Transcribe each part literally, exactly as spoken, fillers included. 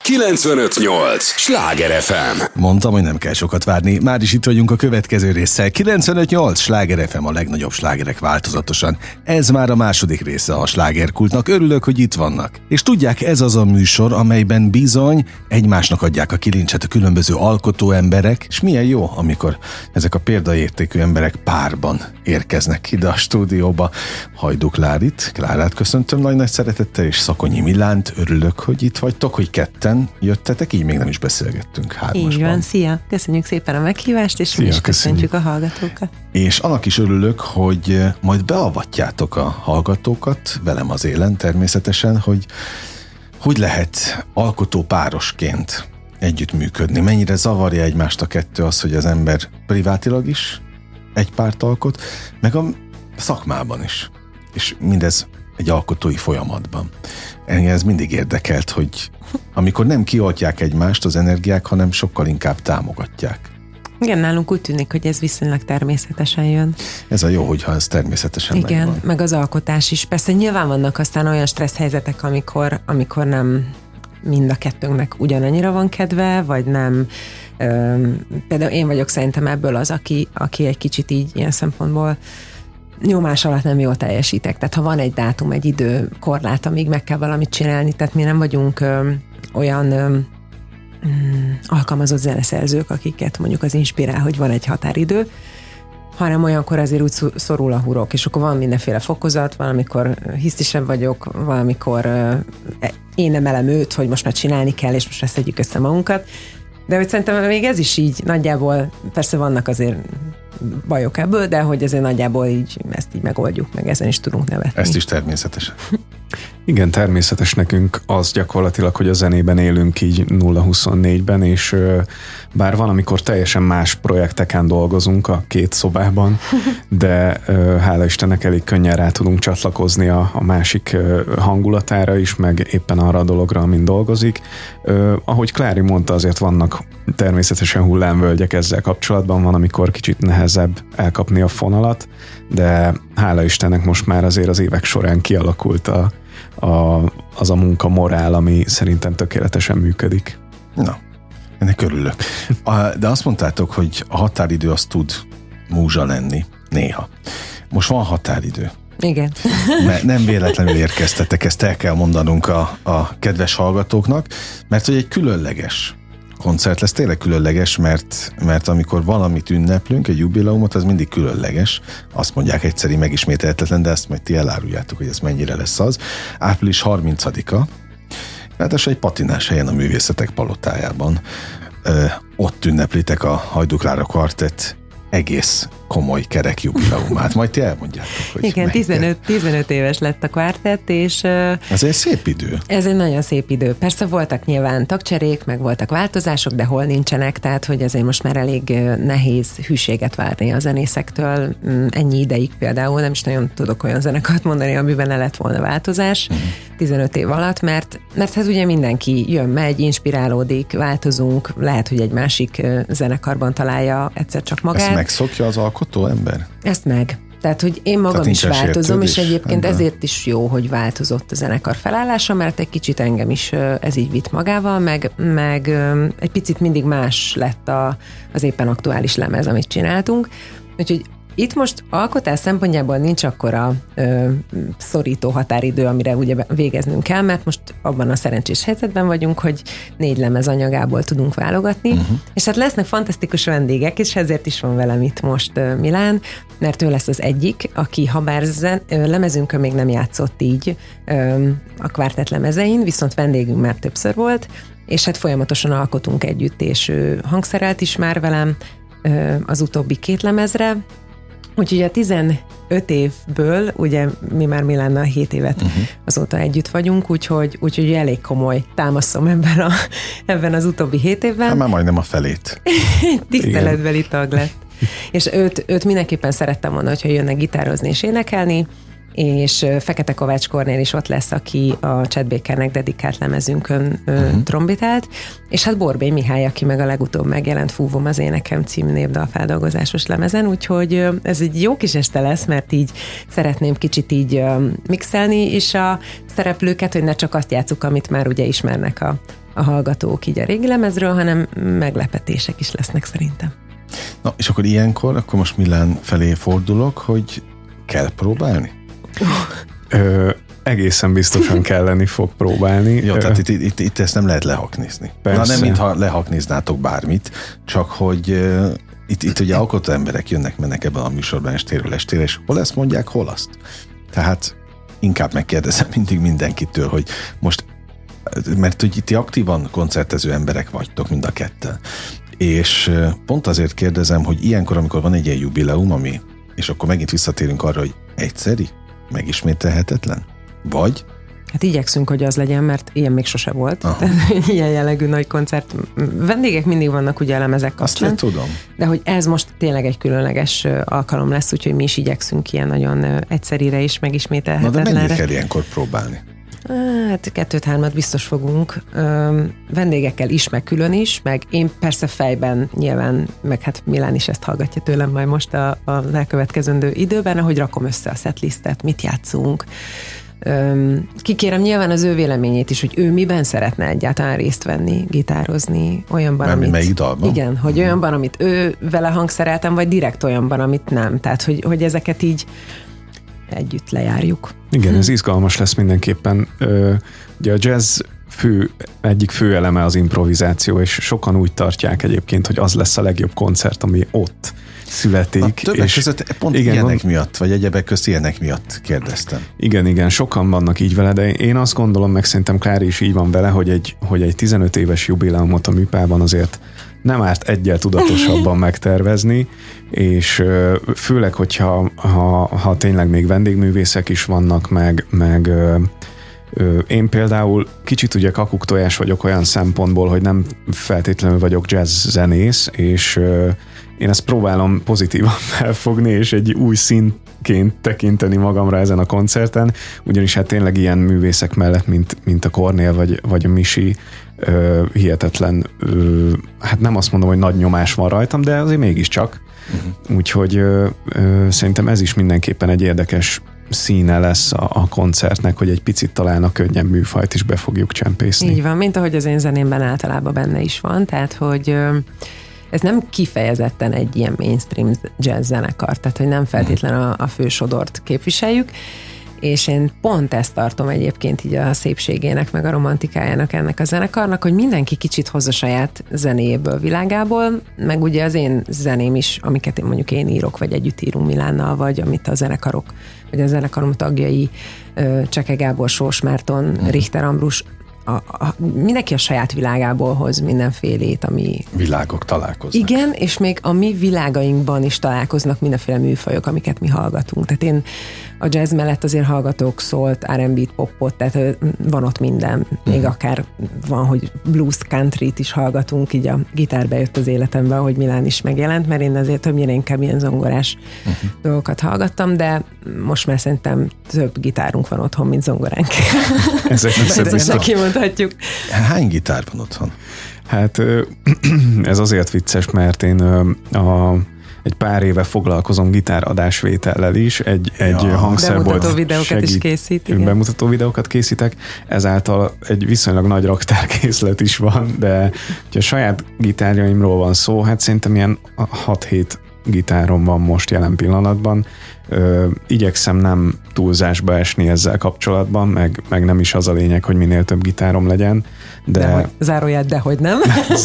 kilencvenöt nyolc Sláger ef em. Mondtam, hogy nem kell sokat várni. Már is itt vagyunk a következő résszel. kilencvenöt nyolc Sláger ef em, a legnagyobb slágerek változatosan. Ez már a második része a slágerkultnak. Örülök, hogy itt vannak. És tudják, ez az a műsor, amelyben bizony egymásnak adják a kilincset a különböző alkotó emberek, és milyen jó, amikor ezek a példaértékű emberek párban érkeznek ide a stúdióba. Hajdú Klárit, Klárát köszöntöm nagy-nagy szeretettel, és Szakonyi Milánt. Örülök, hogy itt vagytok, hogy ketten jöttetek, így még nem is beszélgettünk hármasban. Így van, szia! Köszönjük szépen a meghívást, és szia, mi is köszöntjük a hallgatókat. És annak is örülök, hogy majd beavatjátok a hallgatókat, velem az élen természetesen, hogy hogy lehet alkotó párosként együttműködni. Mennyire zavarja egymást a kettő az, hogy az ember privátilag is egy párt alkot, meg a szakmában is. És mindez egy alkotói folyamatban. Engem ez mindig érdekelt, hogy amikor nem kioltják egymást az energiák, hanem sokkal inkább támogatják. Igen, nálunk úgy tűnik, hogy ez viszonylag természetesen jön. Ez a jó, hogyha ez természetesen Igen, megvan. meg az alkotás is. Persze nyilván vannak aztán olyan stressz helyzetek, amikor, amikor nem mind a kettőnknek ugyanannyira van kedve, vagy nem. Üm, például én vagyok szerintem ebből az, aki, aki egy kicsit így ilyen szempontból nyomás alatt nem jól teljesítek. Tehát ha van egy dátum, egy idő korlát, amíg meg kell valamit csinálni, tehát mi nem vagyunk ö, olyan ö, mm, alkalmazott zeneszerzők, akiket mondjuk az inspirál, hogy van egy határidő, hanem olyankor azért úgy szorul a hurok, és akkor van mindenféle fokozat, valamikor hisztisebb vagyok, valamikor ö, én emelem őt, hogy most már csinálni kell, és most már szedjük össze magunkat. De hogy szerintem még ez is így nagyjából, persze vannak azért bajok ebből, de hogy azért nagyjából így ezt így megoldjuk, meg ezen is tudunk nevetni. Ezt is természetesen. Igen, természetes nekünk az gyakorlatilag, hogy a zenében élünk így nulla huszonnégyben, és bár van, amikor teljesen más projekteken dolgozunk a két szobában, de hála Istennek elég könnyen rá tudunk csatlakozni a, a másik hangulatára is, meg éppen arra a dologra, amin dolgozik. Ahogy Klári mondta, azért vannak természetesen hullámvölgyek ezzel kapcsolatban, van, amikor kicsit nehezebb elkapni a fonalat, de hála Istennek most már azért az évek során kialakult a, a, az a munkamorál, ami szerintem tökéletesen működik. Na, ennek örülök. A, de azt mondtátok, hogy a határidő az tud múzsa lenni, néha. Most van határidő. Igen. Mert nem véletlenül érkeztetek, ezt el kell mondanunk a, a kedves hallgatóknak, mert hogy egy különleges koncert lesz, tényleg különleges, mert, mert amikor valamit ünneplünk, egy jubileumot, az mindig különleges. Azt mondják egyszerű, megismételhetetlen, de ezt majd ti eláruljátok, hogy ez mennyire lesz az. április harmincadika, ráadásul egy patinás helyen a Művészetek Palotájában. Ö, ott ünneplitek a Hajdú Klára Kvartett egész komoly kerek jubileumát. Majd ti elmondjátok, hogy igen, tizenöt, tizenöt éves lett a kvártett, és ez egy szép idő. Ez egy nagyon szép idő. Persze voltak nyilván tagcserék, meg voltak változások, de hol nincsenek, tehát hogy ezért most már elég nehéz hűséget várni a zenészektől. Ennyi ideig például nem is nagyon tudok olyan zenekart mondani, amiben ne lett volna változás uh-huh. tizenöt év alatt, mert, mert hát ugye mindenki jön, megy, inspirálódik, változunk, lehet, hogy egy másik zenekarban találja egyszer csak magát. Ezt megszokja az alkotó ember? Ezt meg. Tehát, hogy én magam is változom, és egyébként ebben ezért is jó, hogy változott a zenekar felállása, mert egy kicsit engem is ez így vitt magával, meg, meg egy picit mindig más lett a, az éppen aktuális lemez, amit csináltunk. Úgyhogy itt most alkotás szempontjából nincs akkora ö, szorító határidő, amire ugye végeznünk kell, mert most abban a szerencsés helyzetben vagyunk, hogy négy lemez anyagából tudunk válogatni, uh-huh. és hát lesznek fantasztikus vendégek, és ezért is van velem itt most ö, Milán, mert ő lesz az egyik, aki ha bár zen, ö, lemezünkön még nem játszott így ö, a kvártett lemezein, viszont vendégünk már többször volt, és hát folyamatosan alkotunk együtt, és ő hangszerelt is már velem ö, az utóbbi két lemezre. Úgyhogy a tizenöt évből, ugye mi már Milánnal hét évet uh-huh. azóta együtt vagyunk, úgyhogy, úgyhogy elég komoly támaszom ebben, a, ebben az utóbbi hét évben. Hát már majdnem a felét. Tiszteletbeli tag lett. És őt, őt mindenképpen szerettem volna, hogyha jönne gitározni és énekelni, és Fekete Kovács Kornél is ott lesz, aki a Chad Bakernek dedikált lemezünkön uh-huh. trombitált, és hát Borbély Mihály, aki meg a legutóbb megjelent Fúvom az énekem című népdalfeldolgozásos lemezen, úgyhogy ez egy jó kis este lesz, mert így szeretném kicsit így mixelni is a szereplőket, hogy ne csak azt játsszuk, amit már ugye ismernek a, a hallgatók így a régi lemezről, hanem meglepetések is lesznek szerintem. Na, és akkor ilyenkor, akkor most Milán felé fordulok, hogy kell próbálni? Ö, egészen biztosan kelleni fog próbálni. Jó, tehát itt, itt, itt ezt nem lehet lehaknizni. Persze. Na nem, mintha lehakniznátok bármit, csak hogy uh, itt, itt ugye alkotó emberek jönnek-mennek ebben a műsorban estéről estére, és hol ezt mondják, hol azt. Tehát inkább megkérdezem mindig mindenkitől, hogy most, mert hogy ti aktívan koncertező emberek vagytok mind a ketten, és pont azért kérdezem, hogy ilyenkor, amikor van egy ilyen jubileum, ami, és akkor megint visszatérünk arra, hogy egyszeri, megismételhetetlen, vagy? Hát igyekszünk, hogy az legyen, mert ilyen még sose volt. Ilyen jellegű nagy koncert. Vendégek mindig vannak ugye a lemezek kapcsán. Azt tudom. De hogy ez most tényleg egy különleges alkalom lesz, úgyhogy mi is igyekszünk ilyen nagyon egyszerire is megismételhetetlenre. Na de mennyit kell ilyenkor próbálni? Hát kettőt-hármat biztos fogunk. Vendégekkel is, meg külön is, meg én persze fejben nyilván, meg hát Milán is ezt hallgatja tőlem majd most a, a elkövetkezendő időben, ahogy rakom össze a setlistet, mit játszunk. Kikérem nyilván az ő véleményét is, hogy ő miben szeretne egyáltalán részt venni, gitározni, olyanban, Mármi amit... melyik dalban? Igen, hogy hmm. olyanban, amit ő vele hangszereltem, vagy direkt olyanban, amit nem. Tehát, hogy, hogy ezeket így együtt lejárjuk. Igen, ez izgalmas lesz mindenképpen. Ugye a jazz fő, egyik fő eleme az improvizáció, és sokan úgy tartják egyébként, hogy az lesz a legjobb koncert, ami ott születik. Na, többek és között pont igen, ilyenek van, miatt, vagy egyebek közt ilyenek miatt kérdeztem. Igen, igen, sokan vannak így vele, de én azt gondolom, meg szerintem Klári is így van vele, hogy egy, hogy egy tizenöt éves jubileumot a műpában azért nem árt egyel tudatosabban megtervezni, és főleg, hogyha ha, ha tényleg még vendégművészek is vannak, meg, meg én például kicsit ugye kakuktojás vagyok olyan szempontból, hogy nem feltétlenül vagyok jazz zenész, és én ezt próbálom pozitívan felfogni, és egy új színként tekinteni magamra ezen a koncerten, ugyanis hát tényleg ilyen művészek mellett, mint, mint a Kornél vagy, vagy a Misi, ö, hihetetlen, ö, hát nem azt mondom, hogy nagy nyomás van rajtam, de azért mégiscsak. Uh-huh. Úgyhogy ö, ö, szerintem ez is mindenképpen egy érdekes színe lesz a, a koncertnek, hogy egy picit talán a könnyebb műfajt is be fogjuk csempészni. Így van, mint ahogy az én zenémben általában benne is van, tehát hogy ö, ez nem kifejezetten egy ilyen mainstream jazz zenekar, tehát hogy nem feltétlenül a, a fősodort képviseljük, és én pont ezt tartom egyébként így a szépségének, meg a romantikájának ennek a zenekarnak, hogy mindenki kicsit hozza saját zenéjéből, világából, meg ugye az én zeném is, amiket én mondjuk én írok, vagy együtt írunk Milánnal, vagy amit a zenekarok, vagy a zenekarom tagjai, Cseke Gábor, Sós Márton, mm. Richter Ambrus, A, a, mindenki a saját világából hoz mindenfélét, ami... Világok találkoznak. Igen, és még a mi világainkban is találkoznak mindenféle műfajok, amiket mi hallgatunk. Tehát én a jazz mellett azért hallgatok szólt, er and bé-t, popot, tehát van ott minden. Még uh-huh. akár van, hogy blues, countryt is hallgatunk, így a gitár bejött az életembe, ahogy Milán is megjelent, mert én azért többnyire inkább ilyen zongorás uh-huh. dolgokat hallgattam, de most már szerintem több gitárunk van otthon, mint zongoránk. Ezek Mondhatjuk. Hány gitár van otthon? Hát ez azért vicces, mert én a, egy pár éve foglalkozom gitáradásvétellel is, egy, ja. egy hangszerbolt bemutató videókat segít, is készít. Igen. Bemutató videókat készítek, ezáltal egy viszonylag nagy raktárkészlet is van, de ha a saját gitárjaimról van szó, hát szerintem ilyen hat-hét gitárom van most jelen pillanatban. Ö, igyekszem nem túlzásba esni ezzel kapcsolatban, meg, meg nem is az a lényeg, hogy minél több gitárom legyen, de... Dehogy, záróját, dehogy nem.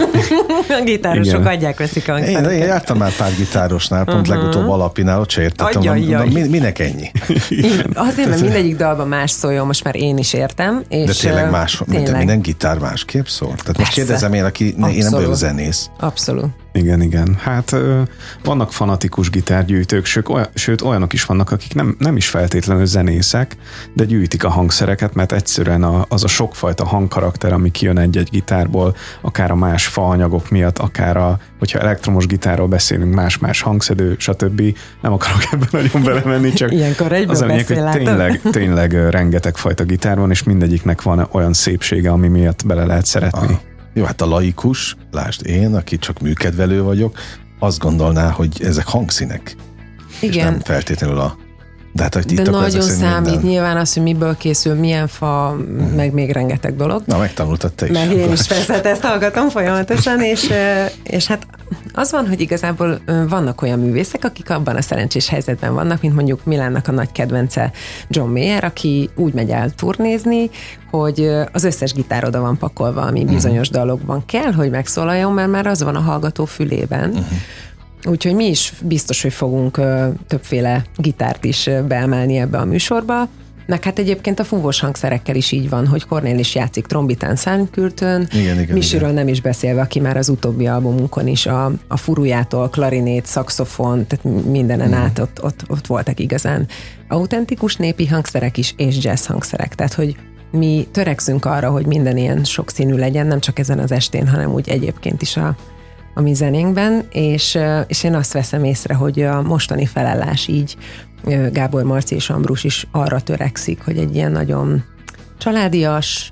A gitárosok igen. adják, veszik a hangszereket. Én, én jártam már pár gitárosnál, pont uh-huh. legutóbb Alapinál, ott se értettem, mondom, minek ennyi? Azért, mert mindegyik dalban más szóljon, most már én is értem. És de tényleg más, tényleg. minden gitár másképp szól? Tehát persze. Most kérdezem én, aki ne, én nem vagyok zenész. Abszolút. Igen, igen. Hát ö, vannak fanatikus gitárgyűjtők, sőt, olyan, sőt olyanok is vannak, akik nem, nem is feltétlenül zenészek, de gyűjtik a hangszereket, mert egyszerűen a, az a sokfajta hangkarakter, ami kijön egy-egy gitárból, akár a más faanyagok miatt, akár a, hogyha elektromos gitárról beszélünk, más-más hangszedő, stb. Nem akarok ebben nagyon belemenni, csak ilyenkor az a lényeg, hogy tényleg, tényleg rengeteg fajta gitár van, és mindegyiknek van olyan szépsége, ami miatt bele lehet szeretni. Aha. Jó, hát a laikus, lásd én, aki csak műkedvelő vagyok, azt gondolná, hogy ezek hangszínek. Igen. És nem feltétlenül a De, hát, hogy De nagyon számít minden. Nyilván az, hogy miből készül, milyen fa, hmm. meg még rengeteg dolog. Na, megtanultad te is. Meg én is persze ezt hallgatom folyamatosan, és, és hát az van, hogy igazából vannak olyan művészek, akik abban a szerencsés helyzetben vannak, mint mondjuk Milánnak a nagy kedvence John Mayer, aki úgy megy el turnézni, hogy az összes gitár oda van pakolva, ami bizonyos hmm. dalokban kell, hogy megszólaljon, mert már az van a hallgató fülében. Hmm. Úgyhogy mi is biztos, hogy fogunk ö, többféle gitárt is ö, beemelni ebbe a műsorba. Meg hát egyébként a fúvós hangszerekkel is így van, hogy Kornél is játszik trombitán, szánkürtön, Misiről nem is beszélve, aki már az utóbbi albumunkon is a, a furujától, klarinét, szaxofon, tehát mindenen mm. át ott, ott, ott voltak igazán autentikus népi hangszerek is, és jazz hangszerek. Tehát, hogy mi törekszünk arra, hogy minden ilyen sokszínű legyen, nem csak ezen az estén, hanem úgy egyébként is a a mi zenénkben, és, és én azt veszem észre, hogy a mostani felállás így Gábor Marci és Ambrus is arra törekszik, hogy egy ilyen nagyon családias,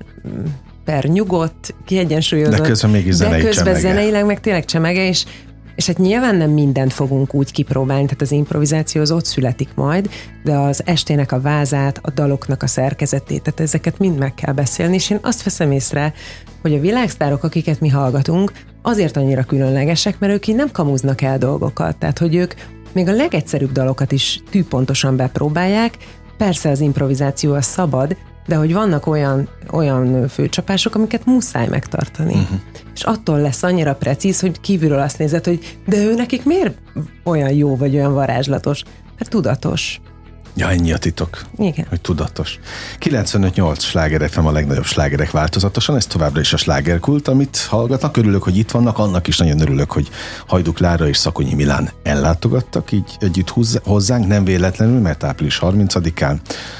per nyugodt, kiegyensúlyozott, de közben mégis zenei de közben csemege. zeneileg meg tényleg csemege, és, és hát nyilván nem mindent fogunk úgy kipróbálni, tehát az improvizáció az ott születik majd, de az estének a vázát, a daloknak a szerkezetét, tehát ezeket mind meg kell beszélni, és én azt veszem észre, hogy a világsztárok, akiket mi hallgatunk, azért annyira különlegesek, mert ők így nem kamuznak el dolgokat, tehát hogy ők még a legegyszerűbb dalokat is tűpontosan bepróbálják, persze az improvizáció az szabad, de hogy vannak olyan, olyan főcsapások, amiket muszáj megtartani. Uh-huh. És attól lesz annyira precíz, hogy kívülről azt nézed, hogy de ő nekik miért olyan jó, vagy olyan varázslatos? Mert tudatos. Ja, ennyi a titok, igen. Hogy tudatos. kilencvenöt nyolc Sláger ef em a legnagyobb slágerek változatosan, ez továbbra is a slágerkult, amit hallgatnak. Örülök, hogy itt vannak, annak is nagyon örülök, hogy Hajduk Klára és Szakonyi Milán ellátogattak így együtt hozzánk, nem véletlenül, mert április harmincadikán,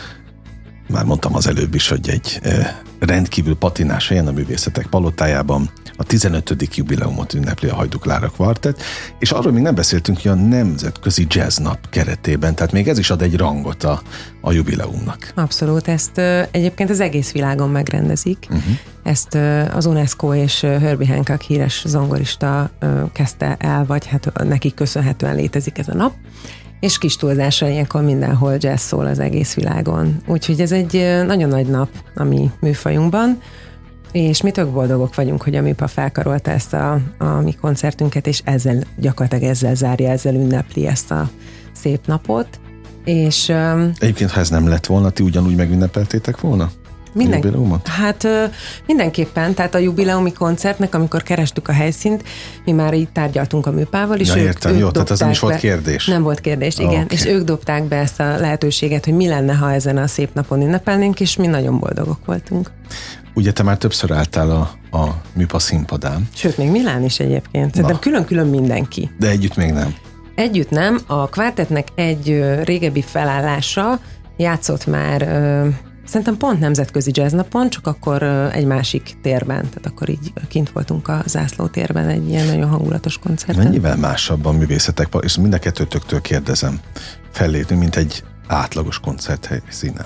már mondtam az előbb is, hogy egy eh, rendkívül patinás helyen, a Művészetek Palotájában a tizenötödik jubileumot ünnepli a Hajduk Klára kvartett, és arról még nem beszéltünk, hogy a Nemzetközi Jazz Nap keretében, tehát még ez is ad egy rangot a, a jubileumnak. Abszolút, ezt ö, egyébként az egész világon megrendezik. Uh-huh. Ezt ö, az UNESCO és ö, Herbie Hancock híres zongorista ö, kezdte el, vagy hát nekik köszönhetően létezik ez a nap. És kis túlzással ilyenkor mindenhol jazz szól az egész világon. Úgyhogy ez egy nagyon nagy nap a mi műfajunkban, és mi tök boldogok vagyunk, hogy a műpa felkarolta ezt a, a mi koncertünket, és ezzel gyakorlatilag ezzel zárja, ezzel ünnepli ezt a szép napot. És, egyébként, ha ez nem lett volna, ti ugyanúgy megünnepeltétek volna? Minden, hát mindenképpen, tehát a jubileumi koncertnek, amikor kerestük a helyszínt, mi már így tárgyaltunk a műpával, és ja, ők, értem, ők jó, tehát ez nem is volt be, kérdés. Nem volt kérdés, igen, okay. És ők dobták be ezt a lehetőséget, hogy mi lenne, ha ezen a szép napon ünnepelnénk, és mi nagyon boldogok voltunk. Ugye te már többször álltál a, a műpa színpadán. Sőt, még Milán is egyébként. Szerintem külön-külön mindenki. De együtt még nem. Együtt nem. A kvártettnek egy ö, régebbi felállása játszott már ö, szerintem pont nemzetközi jazznapon, csak akkor ö, egy másik térben, tehát akkor így kint voltunk a zászlótérben egy ilyen nagyon hangulatos koncerten. Mennyivel másabb a Művészetek, és mind a kettőtöktől kérdezem, fellépni, mint egy átlagos koncerthelyszínen?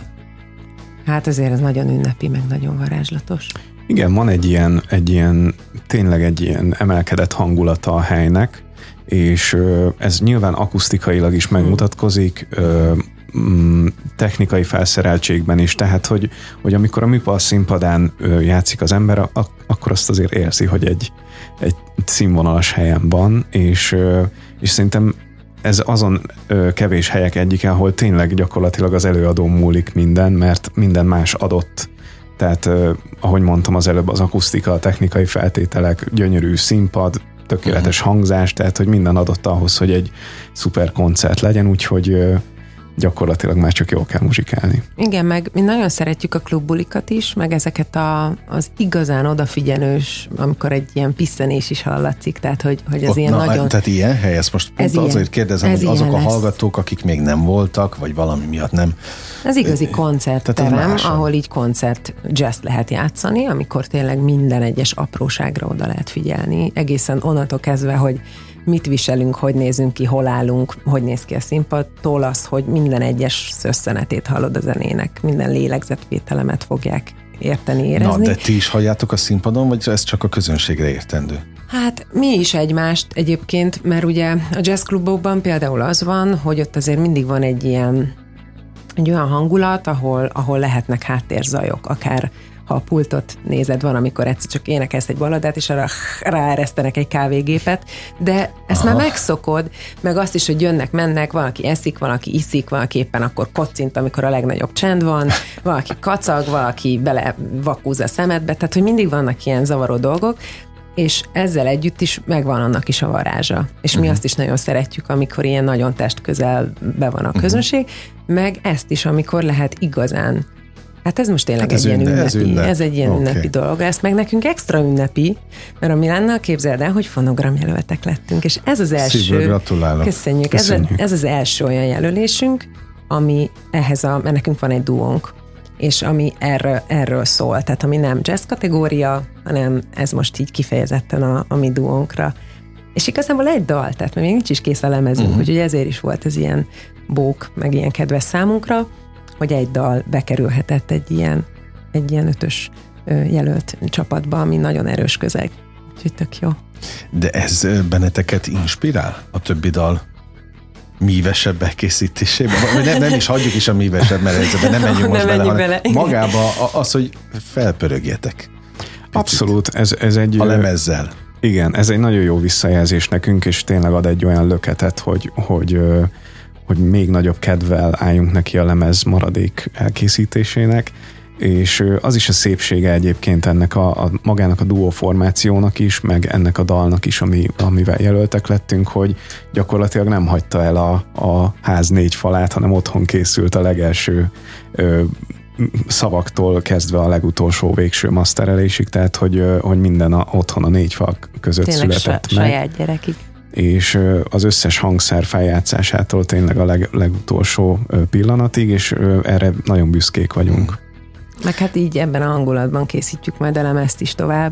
Hát azért ez nagyon ünnepi, meg nagyon varázslatos. Igen, van egy ilyen, egy ilyen, tényleg egy ilyen emelkedett hangulata a helynek, és ö, ez nyilván akusztikailag is megmutatkozik, ö, technikai felszereltségben is, tehát hogy, hogy amikor a műpa színpadán ö, játszik az ember, a, akkor azt azért érzi, hogy egy, egy színvonalas helyen van, és, ö, és szerintem ez azon ö, kevés helyek egyike, ahol tényleg gyakorlatilag az előadó múlik minden, mert minden más adott. Tehát, ö, ahogy mondtam az előbb, az akusztika, a technikai feltételek, gyönyörű színpad, tökéletes uh-huh. hangzás, tehát, hogy minden adott ahhoz, hogy egy szuper koncert legyen, úgyhogy ö, gyakorlatilag már csak jól kell muzsikálni. Igen, meg mi nagyon szeretjük a klubbulikat is, meg ezeket a, az igazán odafigyelős, amikor egy ilyen pisszenés is hallatszik, tehát hogy, hogy ez ott, ilyen na, nagyon... Tehát ilyen hely, ezt most pont azért ilyen, kérdezem, hogy azok a hallgatók, akik még nem voltak, vagy valami miatt nem... Ez igazi koncertterem, ahol így koncert jazz lehet játszani, amikor tényleg minden egyes apróságra oda lehet figyelni, egészen onnantól kezdve, hogy mit viselünk, hogy nézünk ki, hol állunk, hogy néz ki a színpadtól, az, hogy minden egyes szösszenetét hallod a zenének, minden lélegzetvételemet fogják érteni, érezni. Na, de ti is halljátok a színpadon, vagy ez csak a közönségre értendő? Hát mi is egymást egyébként, mert ugye a jazzklubokban például az van, hogy ott azért mindig van egy ilyen egy olyan hangulat, ahol, ahol lehetnek háttérzajok, akár ha a pultot nézed, van, amikor egyszer csak énekelsz egy balladát, és arra ráeresztenek egy kávégépet, de ezt Aha. már megszokod, meg azt is, hogy jönnek, mennek, valaki eszik, valaki iszik, valaki éppen akkor kocint, amikor a legnagyobb csend van, valaki kacag, valaki bele vakúz a szemedbe, tehát, hogy mindig vannak ilyen zavaró dolgok, és ezzel együtt is megvan annak is a varázsa. És uh-huh. mi azt is nagyon szeretjük, amikor ilyen nagyon testközelbe van a közönség, uh-huh. meg ezt is, amikor lehet igazán. Hát ez most tényleg hát ez egy ünne, ilyen ünnepi, ez, ünnep. ez egy ilyen okay. ünnepi dolog. Ezt meg nekünk extra ünnepi, mert a Milánnal képzeld el, hogy fonogramjelöltek lettünk, és ez az első... Szívből gratulálok. Köszönjük. Köszönjük. Ez, ez az első olyan jelölésünk, ami ehhez a... mert nekünk van egy duónk, és ami erről, erről szól, tehát ami nem jazz kategória, hanem ez most így kifejezetten a, a mi duónkra. És igazából egy dal, tehát még nincs is kész a lemezünk, uh-huh. úgyhogy ezért is volt ez ilyen bók, meg ilyen kedves számunkra, hogy egy dal bekerülhetett egy ilyen, egy ilyen ötös jelölt csapatba, ami nagyon erős közeg. Úgyhogy tök jó. De ez benneteket inspirál? A többi dal mívesebb elkészítésében? Nem, nem is hagyjuk is a mívesebb, mert ezzel nem menjünk most bele, hanem bele. Magába az, hogy felpörögjetek. Picit. Abszolút. Ez, ez egy... A lemezzel. Igen, ez egy nagyon jó visszajelzés nekünk, és tényleg ad egy olyan löketet, hogy, hogy, hogy még nagyobb kedvel álljunk neki a lemez maradék elkészítésének, és az is a szépsége egyébként ennek a, a magának a duó formációnak is, meg ennek a dalnak is, ami, amivel jelöltek lettünk, hogy gyakorlatilag nem hagyta el a, a ház négy falát, hanem otthon készült a legelső ö, szavaktól kezdve a legutolsó végső masterelésig, tehát hogy, hogy minden a, otthon a négy fal között tényleg született meg. Saját gyerekig. És az összes hangszer feljátszásától tényleg a leg, legutolsó pillanatig, és erre nagyon büszkék vagyunk. Meg hát így ebben a hangulatban készítjük majd a lemezt is tovább,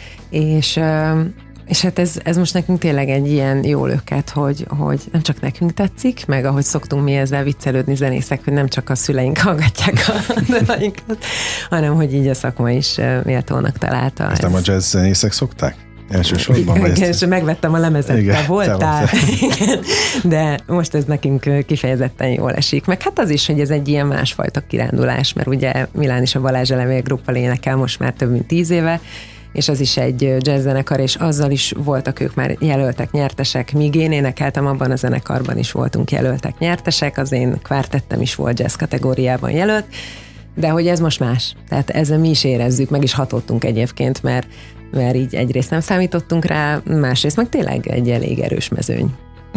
és, és hát ez, ez most nekünk tényleg egy ilyen jó löket, hogy, hogy nem csak nekünk tetszik, meg ahogy szoktunk mi ezzel viccelődni zenészek, hogy nem csak a szüleink hallgatják a dalainkat, hanem hogy így a szakma is méltónak találta. Ezt nem a jazz zenészek szokták? Elsősorban. Igen, és megvettem a lemezet, igen, voltál. Igen, de most ez nekünk kifejezetten jól esik. Meg hát az is, hogy ez egy ilyen másfajta kirándulás, mert ugye Milán is a Balázs Elemér gruppal énekel most már több mint tíz éve, és az is egy jazzzenekar, és azzal is voltak ők már jelöltek, nyertesek, míg én énekeltem, abban a zenekarban is voltunk jelöltek, nyertesek, az én kvártettem is volt jazz kategóriában jelölt, de hogy ez most más. Tehát ezzel mi is érezzük, meg is hatottunk egyébként, mert mert így egyrészt nem számítottunk rá, másrészt meg tényleg egy elég erős mezőny.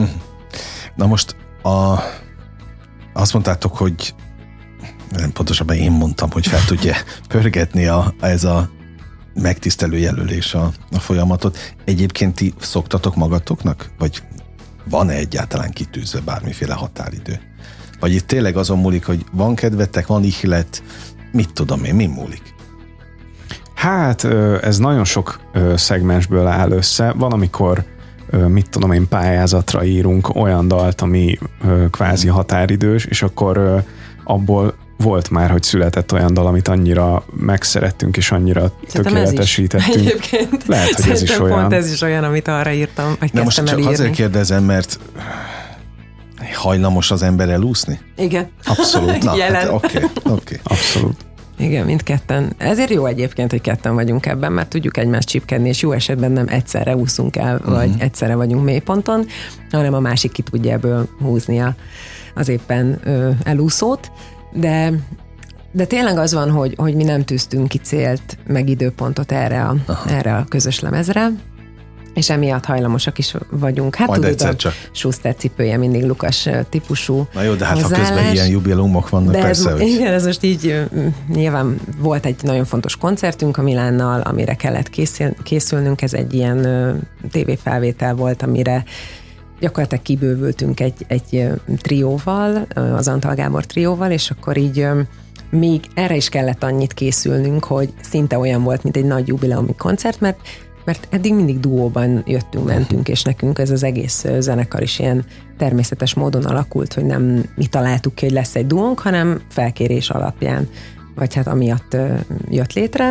Na most a, azt mondtátok, hogy nem pontosabban én mondtam, hogy fel tudja pörgetni a, ez a megtisztelő jelölés a, a folyamatot. Egyébként ti szoktatok magatoknak? Vagy van-e egyáltalán kitűzve bármiféle határidő? Vagy itt tényleg azon múlik, hogy van kedvetek, van ihlet, mit tudom én, mi múlik? Hát ez nagyon sok szegmensből áll össze. Van, amikor mit tudom én, pályázatra írunk olyan dalt, ami kvázi határidős, és akkor abból volt már, hogy született olyan dal, amit annyira megszerettünk, és annyira szerintem tökéletesítettünk. Egyébként. Lehet, hogy ez is olyan. Pont ez is olyan, amit arra írtam, vagy de most csak elírni. Azért kérdezem, mert hajlamos az ember elúszni? Igen. Abszolút. Na, hát, oké, okay, okay. Abszolút. Igen, mindketten. Ezért jó egyébként, hogy ketten vagyunk ebben, mert tudjuk egymást csipkedni, és jó esetben nem egyszerre úszunk el, uh-huh. vagy egyszerre vagyunk mélyponton, hanem a másik ki tudja ebből húzni a, az éppen ö, elúszót. De, de tényleg az van, hogy, hogy mi nem tűztünk ki célt, meg időpontot erre a, erre a közös lemezre, és emiatt hajlamosak is vagyunk. Hát majd tudod, a csak. Schuster cipője mindig Lukas típusú. Na jó, de hát hozzáállás. Ha közben ilyen jubileumok vannak, de persze. Ez, hogy... Igen, ez most így nyilván volt egy nagyon fontos koncertünk a Milánnal, amire kellett készül, készülnünk, ez egy ilyen tévéfelvétel volt, amire gyakorlatilag kibővültünk egy, egy trióval, az Antal Gábor trióval, és akkor így még erre is kellett annyit készülnünk, hogy szinte olyan volt, mint egy nagy jubileumi koncert, mert mert eddig mindig duóban jöttünk, mentünk, és nekünk ez az egész zenekar is ilyen természetes módon alakult, hogy nem mi találtuk ki, hogy lesz egy duónk, hanem felkérés alapján, vagy hát amiatt jött létre,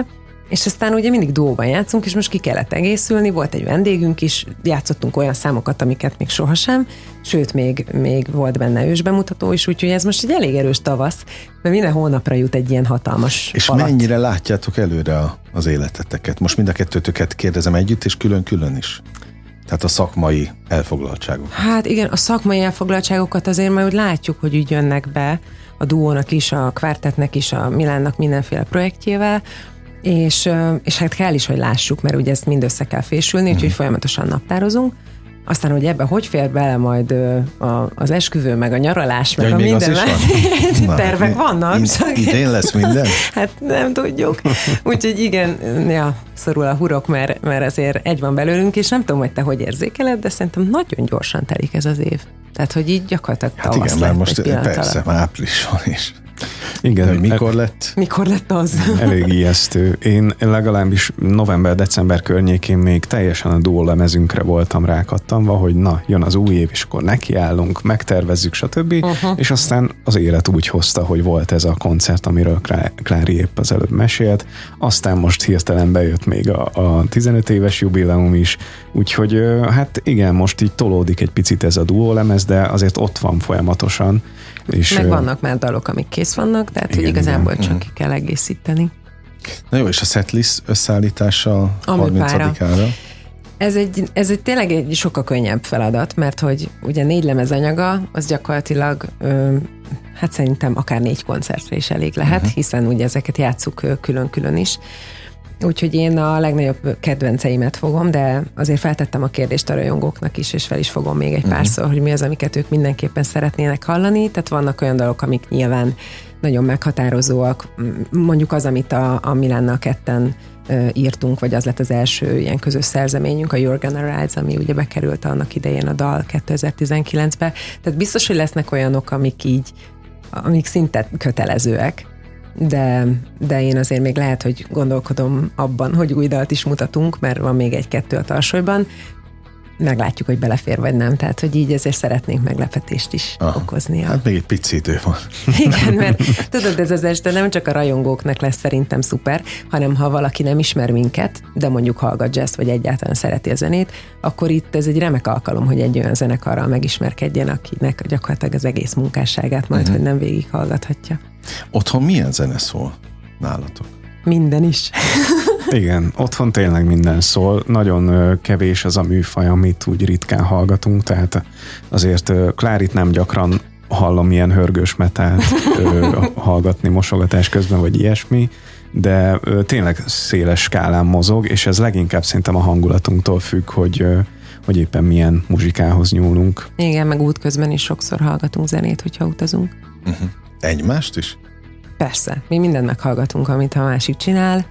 És aztán ugye mindig duóban játszunk, és most ki kellett egészülni, volt egy vendégünk is, játszottunk olyan számokat, amiket még sohasem, sőt, még, még volt benne ősbemutató is, úgyhogy ez most egy elég erős tavasz, mert minden hónapra jut egy ilyen hatalmas És falat. mennyire látjátok előre a, az életeteket? Most mind a kettőtöket kérdezem együtt, és külön-külön is. Tehát a szakmai elfoglaltságok. Hát igen, a szakmai elfoglaltságokat azért már úgy látjuk, hogy úgy jönnek be a duónak is, a kvártetnek is, a Milánnak mindenféle projektjével, és, és hát kell is, hogy lássuk, mert ugye ezt mind össze kell fésülni, úgyhogy mm. folyamatosan naptározunk. Aztán, hogy ebben hogy fér bele majd a, az esküvő, meg a nyaralás, meg ja, a minden van? tervek Na, vannak. In, idén lesz minden? Hát nem tudjuk. Úgyhogy igen, ja, szorul a hurok, mert, mert azért egy van belőlünk, és nem tudom, hogy te hogy érzékeled, de szerintem nagyon gyorsan telik ez az év. Tehát, hogy így gyakorlatilag hát igen, már most persze, már április van is. Igen. De mikor lett? Mikor lett az? Elég ijesztő. Én legalábbis november-december környékén még teljesen a duó lemezünkre voltam rákattanva, hogy na, jön az új év, és akkor nekiállunk, megtervezzük, stb. Uh-huh. És aztán az élet úgy hozta, hogy volt ez a koncert, amiről Klári épp az előbb mesélt. Aztán most hirtelen bejött még a, a tizenöt éves jubileum is, úgyhogy hát igen, most így tolódik egy picit ez a duó lemez, de azért ott van folyamatosan. És meg vannak már dalok, amik kész vannak, tehát igen, hogy igazából igen. csak ki kell egészíteni. Na jó, és a setlist összeállítása harmincadikára? Ez egy, ez egy tényleg egy sokkal könnyebb feladat, mert hogy ugye négy lemez anyaga, az gyakorlatilag ö, hát szerintem akár négy koncertre is elég lehet, uh-huh. hiszen ugye ezeket játsszuk külön-külön is. Úgyhogy én a legnagyobb kedvenceimet fogom, de azért feltettem a kérdést a rajongóknak is, és fel is fogom még egy uh-huh. párszor, hogy mi az, amiket ők mindenképpen szeretnének hallani. Tehát vannak olyan dalok, amik nyilván nagyon meghatározóak. Mondjuk az, amit a, a Milánnal ketten uh, írtunk, vagy az lett az első ilyen közös szerzeményünk, a You're Gonna Rise, ami ugye bekerült annak idején a dal kétezer-tizenkilencbe. Tehát biztos, hogy lesznek olyanok, amik így, amik szinte kötelezőek. De, de én azért még lehet, hogy gondolkodom abban, hogy új dalt is mutatunk, mert van még egy-kettő a tarsolyban. Meglátjuk, hogy belefér vagy nem. Tehát, hogy így ezért szeretnénk meglepetést is Aha. okozni. Hát még egy pici idő van. Igen, mert tudod, ez az este nem csak a rajongóknak lesz szerintem szuper, hanem ha valaki nem ismer minket, de mondjuk hallgat jazz, vagy egyáltalán szereti a zenét, akkor itt ez egy remek alkalom, hogy egy olyan zenekarral megismerkedjen, akinek gyakorlatilag az egész munkásságát majd, uh-huh. hogy nem végig hallgathatja. Otthon milyen zene szól nálatok? Minden is. Igen, otthon tényleg minden szól. Nagyon kevés az a műfaj, amit úgy ritkán hallgatunk, tehát azért Klárit nem gyakran hallom ilyen hörgős metált hallgatni mosogatás közben, vagy ilyesmi, de tényleg széles skálán mozog, és ez leginkább szerintem a hangulatunktól függ, hogy hogy éppen milyen muzsikához nyúlunk. Igen, meg útközben is sokszor hallgatunk zenét, hogyha utazunk. Uh-huh. Egymást is? Persze, mi mindent meghallgatunk, amit a másik csinál,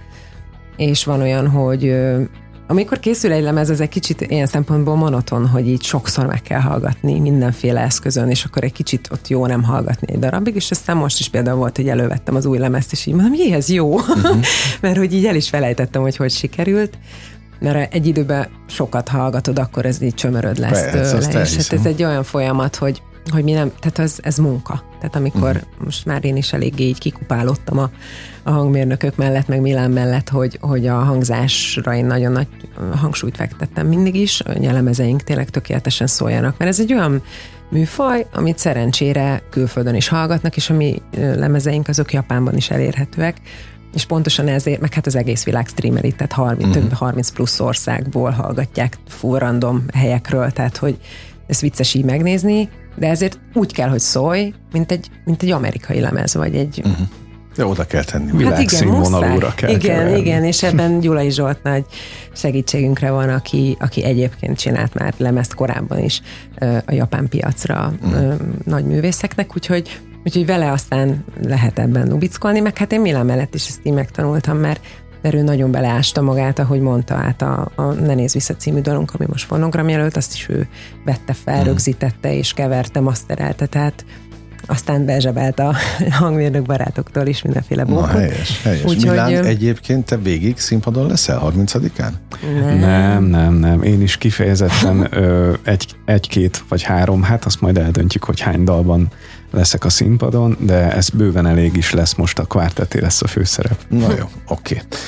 és van olyan, hogy amikor készül egy lemez, ez egy kicsit ilyen szempontból monoton, hogy így sokszor meg kell hallgatni mindenféle eszközön, és akkor egy kicsit ott jó nem hallgatni egy darabig, és aztán most is például volt, hogy elővettem az új lemezt, és így mondom, jé, ez jó, uh-huh. mert hogy így el is felejtettem, hogy hogy sikerült, mert egy időben sokat hallgatod, akkor ez így csömöröd lesz Persze, tőle, és hát ez egy olyan folyamat, hogy hogy mi nem, tehát az, ez munka. Tehát amikor uh-huh. most már én is eléggé így kikupálottam a, a hangmérnökök mellett, meg Milán mellett, hogy, hogy a hangzásra én nagyon nagy hangsúlyt fektettem mindig is, hogy a lemezeink tényleg tökéletesen szóljanak, mert ez egy olyan műfaj, amit szerencsére külföldön is hallgatnak, és a mi lemezeink azok Japánban is elérhetőek, és pontosan ezért, meg hát az egész világ streameli, tehát harminc, uh-huh. több harminc plusz országból hallgatják full random helyekről, tehát hogy ez vicces így megnézni, de ezért úgy kell, hogy szólj, mint egy, mint egy amerikai lemez, vagy egy... Uh-huh. De oda kell tenni. Világszínvonalúra hát kell Igen, keverni. igen, és ebben Gyulai Zsolt nagy segítségünkre van, aki, aki egyébként csinált már lemezt korábban is a japán piacra uh-huh. nagy művészeknek, úgyhogy, úgyhogy vele aztán lehet ebben nubickolni, meg hát én Milán mellett is ezt így megtanultam, mert mert ő nagyon beleásta magát, ahogy mondta át a, a Ne nézz vissza című dalunk, ami most fonogram jelölt, azt is ő vette fel, mm. rögzítette és keverte, maszterelte, tehát aztán bezsebelt a hangmérnök barátoktól is mindenféle bókot. Na, helyes, helyes. Úgy, Milán hogy, egyébként te végig színpadon leszel harmincadikán? Nem, nem, nem. nem. Én is kifejezetten ö, egy, egy-két vagy három, hát azt majd eldöntjük, hogy hány dalban leszek a színpadon, de ez bőven elég is lesz, most a kvárteté lesz a főszerep. Na jó, oké.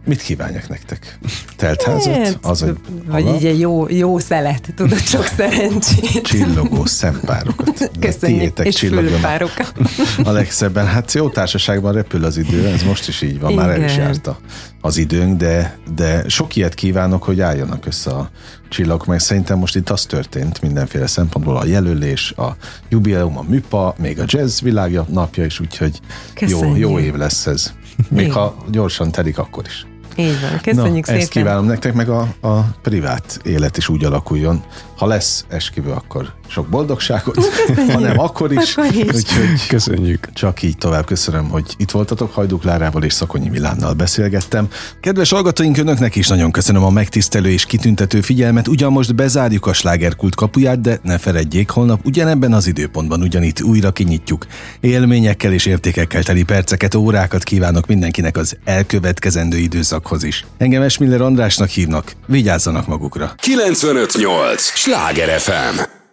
Mit kívánjak nektek? Teltházat? Az, hogy vagy így egy jó, jó szelet, tudod, sok szerencsét. Csillogó szempárokat. Köszönjük, és fülpárokat. A legszebben. Hát jó társaságban repül az idő, ez most is így van, igen. Már el is járt az időnk, de, de sok ilyet kívánok, hogy álljanak össze a csillagok, meg szerintem most itt az történt mindenféle szempontból, a jelölés, a jubileum, a műpa, még a jazz világja napja is, úgyhogy jó, jó év lesz ez. Még igen. Ha gyorsan telik, akkor is. Így van, köszönjük Na, szépen. Ezt kívánom nektek, meg a, a privát élet is úgy alakuljon. Ha lesz esküvő, akkor sok boldogságot, ha nem, akkor is. Akkor is. Úgyhogy köszönjük. Csak így tovább köszönöm, hogy itt voltatok. Hajdú Klárával és Szakonyi Milánnal beszélgettem. Kedves hallgatóink, önöknek is nagyon köszönöm a megtisztelő és kitüntető figyelmet. Ugyan most bezárjuk a slágerkult kapuját, de ne feledjék, holnap ugyanebben az időpontban ugyanitt újra kinyitjuk. Élményekkel és értékekkel teli perceket, órákat kívánok mindenkinek az elkövetkezendő időszakhoz is. Engem Esmiller Andrásnak hívnak, vigyázzanak magukra. kilencvenöt nyolc Sláger ef em